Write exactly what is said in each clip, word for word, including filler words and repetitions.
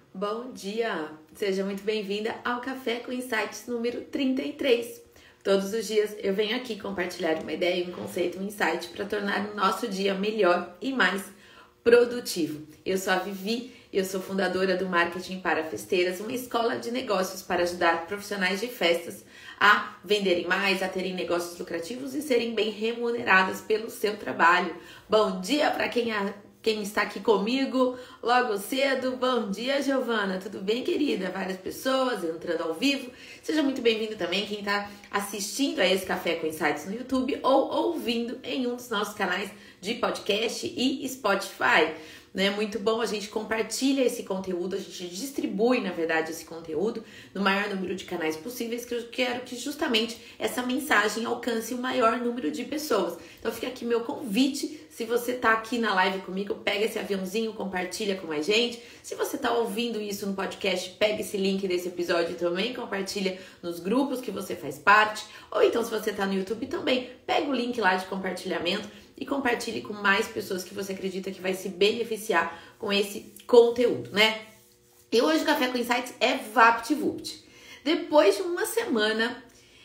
Bom dia! Seja muito bem-vinda ao Café com Insights número trinta e três. Todos os dias eu venho aqui compartilhar uma ideia, um conceito, um insight para tornar o nosso dia melhor e mais produtivo. Eu sou a Vivi, eu sou fundadora do Marketing para Festeiras, uma escola de negócios para ajudar profissionais de festas a venderem mais, a terem negócios lucrativos e serem bem remuneradas pelo seu trabalho. Bom dia para quem a Quem está aqui comigo logo cedo. Bom dia, Giovana. Tudo bem, querida? Várias pessoas entrando ao vivo. Seja muito bem-vindo também quem está assistindo a esse Café com Insights no YouTube ou ouvindo em um dos nossos canais de podcast e Spotify. Né? Muito bom, a gente compartilha esse conteúdo, a gente distribui, na verdade, esse conteúdo no maior número de canais possíveis, que eu quero que justamente essa mensagem alcance o maior número de pessoas. Então fica aqui meu convite, se você tá aqui na live comigo, pega esse aviãozinho, compartilha com mais gente. Se você tá ouvindo isso no podcast, pega esse link desse episódio também, compartilha nos grupos que você faz parte. Ou então, se você tá no YouTube também, pega o link lá de compartilhamento e compartilhe com mais pessoas que você acredita que vai se beneficiar com esse conteúdo, né? E hoje o Café com Insights é VaptVupt. Depois de uma semana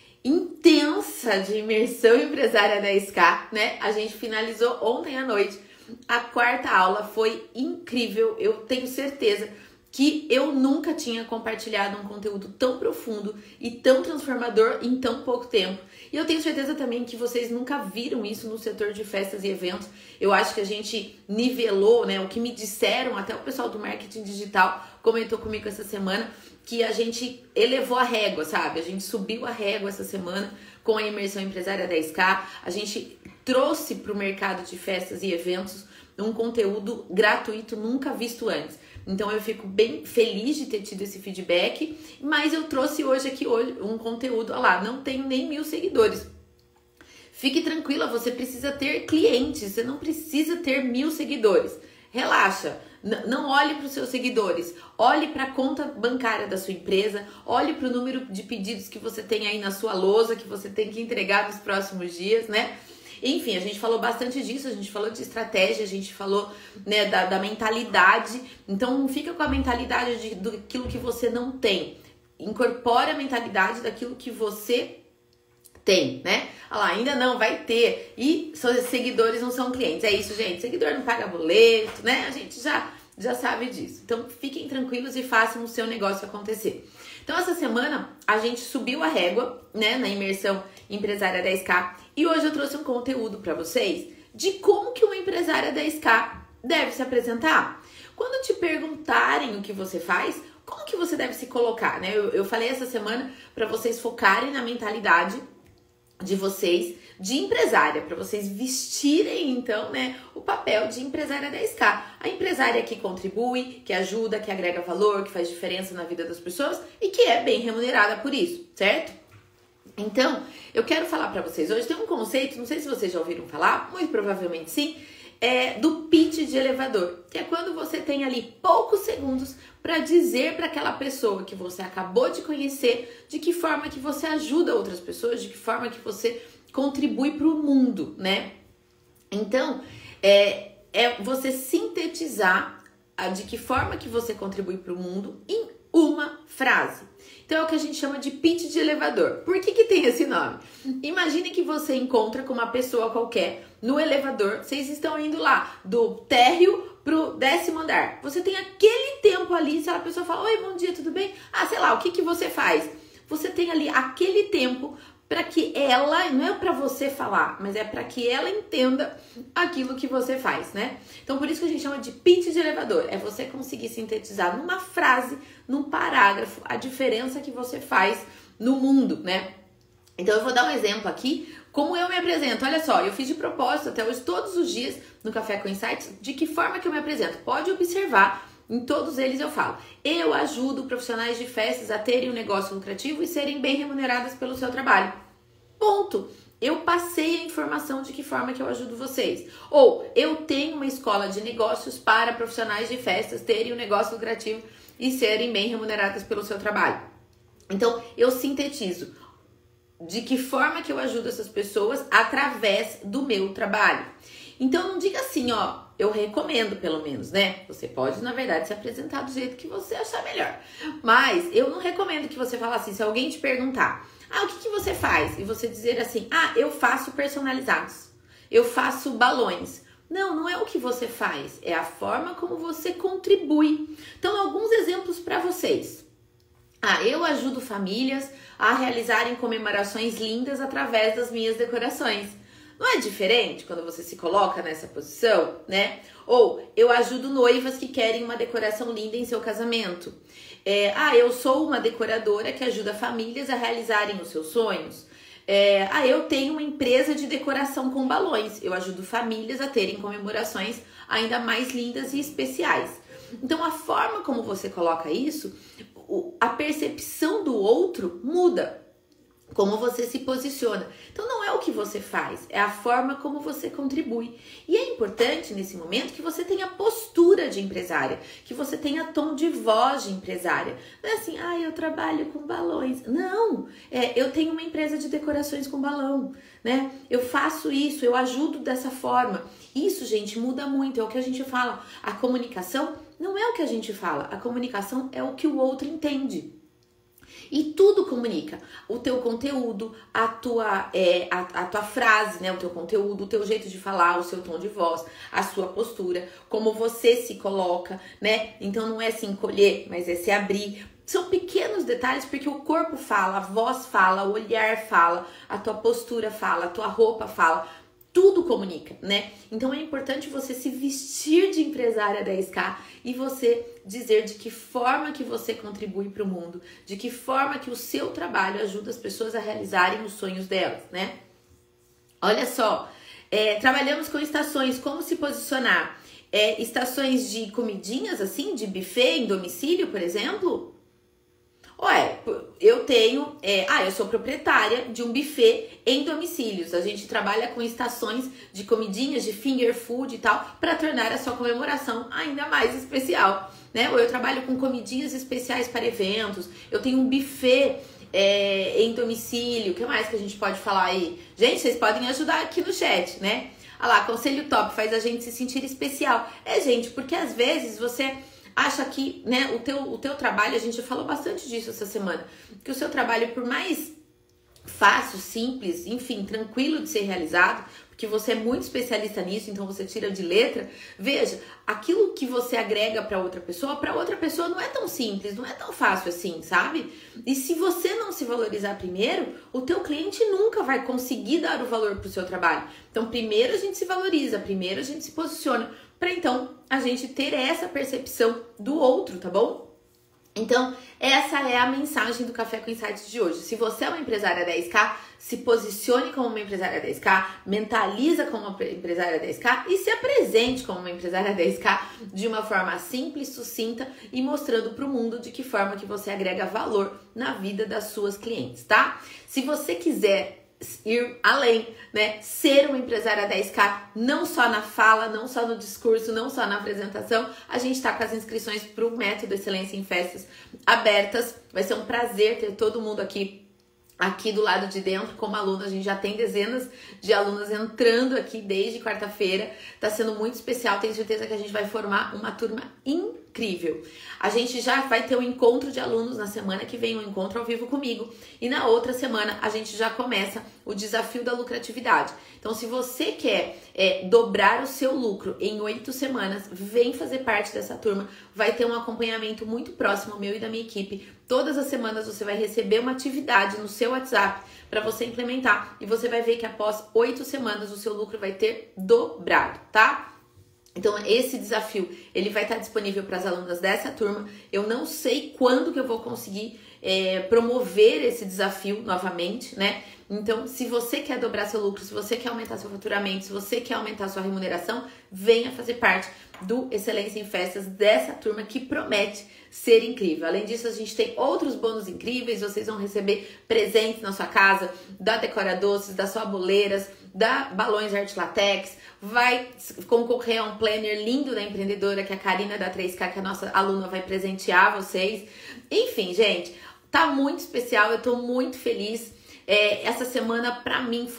intensa de imersão empresária dez K, né? A gente finalizou ontem à noite a quarta aula, foi incrível. Eu tenho certeza que eu nunca tinha compartilhado um conteúdo tão profundo e tão transformador em tão pouco tempo. E eu tenho certeza também que vocês nunca viram isso no setor de festas e eventos. Eu acho que a gente nivelou, né? O que me disseram, até o pessoal do marketing digital comentou comigo essa semana, que a gente elevou a régua, sabe? A gente subiu a régua essa semana com a imersão empresária dez K. A gente trouxe para o mercado de festas e eventos um conteúdo gratuito nunca visto antes. Então eu fico bem feliz de ter tido esse feedback, mas eu trouxe hoje aqui um conteúdo, olha lá, não tenho nem mil seguidores. Fique tranquila, você precisa ter clientes, você não precisa ter mil seguidores. Relaxa, não olhe para os seus seguidores, olhe para a conta bancária da sua empresa, olhe para o número de pedidos que você tem aí na sua lousa, que você tem que entregar nos próximos dias, né? Enfim, a gente falou bastante disso, a gente falou de estratégia, a gente falou, né, da, da mentalidade. Então não fica com a mentalidade de, daquilo que você não tem. Incorpore a mentalidade daquilo que você tem, né? Olha lá, ainda não, vai ter. E seus seguidores não são clientes. É isso, gente. Seguidor não paga boleto, né? A gente já, já sabe disso. Então fiquem tranquilos e façam o seu negócio acontecer. Então essa semana a gente subiu a régua, né, na imersão empresária dez K. E hoje eu trouxe um conteúdo para vocês de como que uma empresária dez K deve se apresentar. Quando te perguntarem o que você faz, como que você deve se colocar, né? Eu, eu falei essa semana para vocês focarem na mentalidade de vocês de empresária, para vocês vestirem então, né, o papel de empresária dez K. A empresária que contribui, que ajuda, que agrega valor, que faz diferença na vida das pessoas e que é bem remunerada por isso, certo? Então, eu quero falar para vocês hoje, tem um conceito, não sei se vocês já ouviram falar, muito provavelmente sim, é do pitch de elevador, que é quando você tem ali poucos segundos para dizer para aquela pessoa que você acabou de conhecer de que forma que você ajuda outras pessoas, de que forma que você contribui para o mundo, né? Então, é, é você sintetizar a, de que forma que você contribui para o mundo em uma frase. Então é o que a gente chama de pitch de elevador. Por que que tem esse nome? Imagine que você encontra com uma pessoa qualquer no elevador, vocês estão indo lá do térreo pro décimo andar. Você tem aquele tempo ali, se a pessoa fala, oi, bom dia, tudo bem? Ah, sei lá, o que que você faz? Você tem ali aquele tempo para que ela, não é para você falar, mas é para que ela entenda aquilo que você faz, né? Então, por isso que a gente chama de pitch de elevador. É você conseguir sintetizar numa frase, num parágrafo, a diferença que você faz no mundo, né? Então, eu vou dar um exemplo aqui, como eu me apresento. Olha só, eu fiz de propósito até hoje, todos os dias, no Café com Insights, de que forma que eu me apresento. Pode observar, em todos eles eu falo. Eu ajudo profissionais de festas a terem um negócio lucrativo e serem bem remuneradas pelo seu trabalho. Ponto. Eu passei a informação de que forma que eu ajudo vocês. Ou, eu tenho uma escola de negócios para profissionais de festas terem um negócio lucrativo e serem bem remuneradas pelo seu trabalho. Então, eu sintetizo de que forma que eu ajudo essas pessoas através do meu trabalho. Então não diga assim, ó, eu recomendo pelo menos, né? Você pode, na verdade, se apresentar do jeito que você achar melhor. Mas eu não recomendo que você fale assim, se alguém te perguntar, ah, o que, que você faz? E você dizer assim, ah, eu faço personalizados, eu faço balões. Não, não é o que você faz, é a forma como você contribui. Então, alguns exemplos para vocês. Ah, eu ajudo famílias a realizarem comemorações lindas através das minhas decorações. Não é diferente quando você se coloca nessa posição, né? Ou eu ajudo noivas que querem uma decoração linda em seu casamento. É, ah, eu sou uma decoradora que ajuda famílias a realizarem os seus sonhos. É, ah, eu tenho uma empresa de decoração com balões. Eu ajudo famílias a terem comemorações ainda mais lindas e especiais. Então, a forma como você coloca isso, a percepção do outro muda. Como você se posiciona. Então não é o que você faz, é a forma como você contribui. E é importante nesse momento que você tenha postura de empresária, que você tenha tom de voz de empresária. Não é assim, ah, eu trabalho com balões. Não, é, eu tenho uma empresa de decorações com balão, né? Eu faço isso, eu ajudo dessa forma. Isso, gente, muda muito, é o que a gente fala. A comunicação não é o que a gente fala, a comunicação é o que o outro entende. E tudo comunica, o teu conteúdo, a tua, é, a, a tua frase, né? O teu conteúdo, o teu jeito de falar, o seu tom de voz, a sua postura, como você se coloca, né? Então não é se encolher, mas é se abrir. São pequenos detalhes porque o corpo fala, a voz fala, o olhar fala, a tua postura fala, a tua roupa fala. Tudo comunica, né? Então é importante você se vestir de empresária dez K e você dizer de que forma que você contribui para o mundo, de que forma que o seu trabalho ajuda as pessoas a realizarem os sonhos delas, né? Olha só, é, trabalhamos com estações, como se posicionar? É, estações de comidinhas, assim, de buffet em domicílio, por exemplo? Ué, eu tenho, é, ah, eu sou proprietária de um buffet em domicílios. A gente trabalha com estações de comidinhas, de finger food e tal, para tornar a sua comemoração ainda mais especial, né? Ou eu trabalho com comidinhas especiais para eventos. Eu tenho um buffet é, em domicílio. O que mais que a gente pode falar aí? Gente, vocês podem ajudar aqui no chat, né? Olha lá, conselho top, faz a gente se sentir especial. É, gente, porque às vezes você acha que, né, o teu, o teu trabalho, a gente falou bastante disso essa semana, que o seu trabalho, por mais fácil, simples, enfim, tranquilo de ser realizado, porque você é muito especialista nisso, então você tira de letra, veja, aquilo que você agrega para outra pessoa, para outra pessoa não é tão simples, não é tão fácil assim, sabe? E se você não se valorizar primeiro, o teu cliente nunca vai conseguir dar o valor pro seu trabalho. Então, primeiro a gente se valoriza, primeiro a gente se posiciona, para então a gente ter essa percepção do outro, tá bom? Então, essa é a mensagem do Café com Insights de hoje. Se você é uma empresária dez K, se posicione como uma empresária dez K, mentaliza como uma empresária dez K e se apresente como uma empresária dez K de uma forma simples, sucinta e mostrando para o mundo de que forma que você agrega valor na vida das suas clientes, tá? Se você quiser ir além, né? Ser uma empresária dez K, não só na fala, não só no discurso, não só na apresentação, a gente tá com as inscrições para o Método Excelência em Festas abertas. Vai ser um prazer ter todo mundo aqui aqui do lado de dentro como aluno. A gente já tem dezenas de alunas entrando aqui desde quarta-feira, tá sendo muito especial, tenho certeza que a gente vai formar uma turma incrível. A gente já vai ter um encontro de alunos na semana que vem, um encontro ao vivo comigo, e na outra semana a gente já começa o desafio da lucratividade. Então, se você quer é, dobrar o seu lucro em oito semanas, vem fazer parte dessa turma, vai ter um acompanhamento muito próximo meu e da minha equipe. Todas as semanas você vai receber uma atividade no seu WhatsApp para você implementar e você vai ver que após oito semanas o seu lucro vai ter dobrado, tá? Então, esse desafio, ele vai estar disponível para as alunas dessa turma. Eu não sei quando que eu vou conseguir é, promover esse desafio novamente, né? Então, se você quer dobrar seu lucro, se você quer aumentar seu faturamento, se você quer aumentar sua remuneração, venha fazer parte do Excelência em Festas, dessa turma que promete ser incrível. Além disso, a gente tem outros bônus incríveis, vocês vão receber presentes na sua casa, da Decora Doces, da Sua Boleiras, da Balões Arte Latex, vai concorrer a um planner lindo da empreendedora, que é a Karina da três K, que a nossa aluna vai presentear vocês. Enfim, gente, tá muito especial, eu tô muito feliz. É, essa semana, pra mim, foi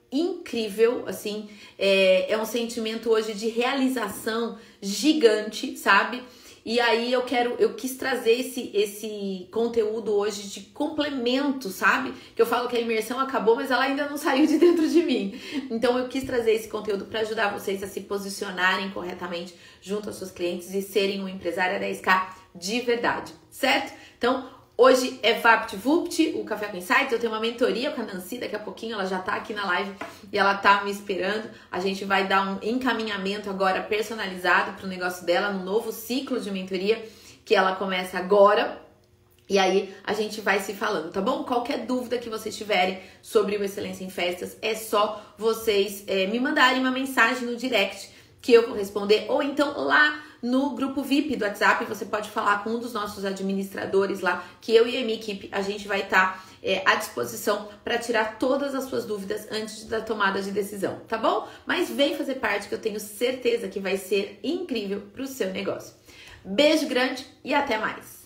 incrível, assim, é, é um sentimento hoje de realização gigante, sabe? E aí eu quero, eu quis trazer esse, esse conteúdo hoje de complemento, sabe? Que eu falo que a imersão acabou, mas ela ainda não saiu de dentro de mim. Então eu quis trazer esse conteúdo para ajudar vocês a se posicionarem corretamente junto aos seus clientes e serem um empresário dez K de verdade, certo? Então, hoje é VaptVupt, o Café com Insights. Eu tenho uma mentoria com a Nancy, daqui a pouquinho ela já tá aqui na live e ela tá me esperando. A gente vai dar um encaminhamento agora personalizado pro negócio dela, no novo ciclo de mentoria que ela começa agora. E aí a gente vai se falando, tá bom? Qualquer dúvida que vocês tiverem sobre o Excelência em Festas, é só vocês é, me mandarem uma mensagem no direct que eu vou responder, ou então lá no grupo V I P do WhatsApp, você pode falar com um dos nossos administradores lá, que eu e a minha equipe, a gente vai estar é, à disposição para tirar todas as suas dúvidas antes da tomada de decisão, tá bom? Mas vem fazer parte, que eu tenho certeza que vai ser incrível para o seu negócio. Beijo grande e até mais!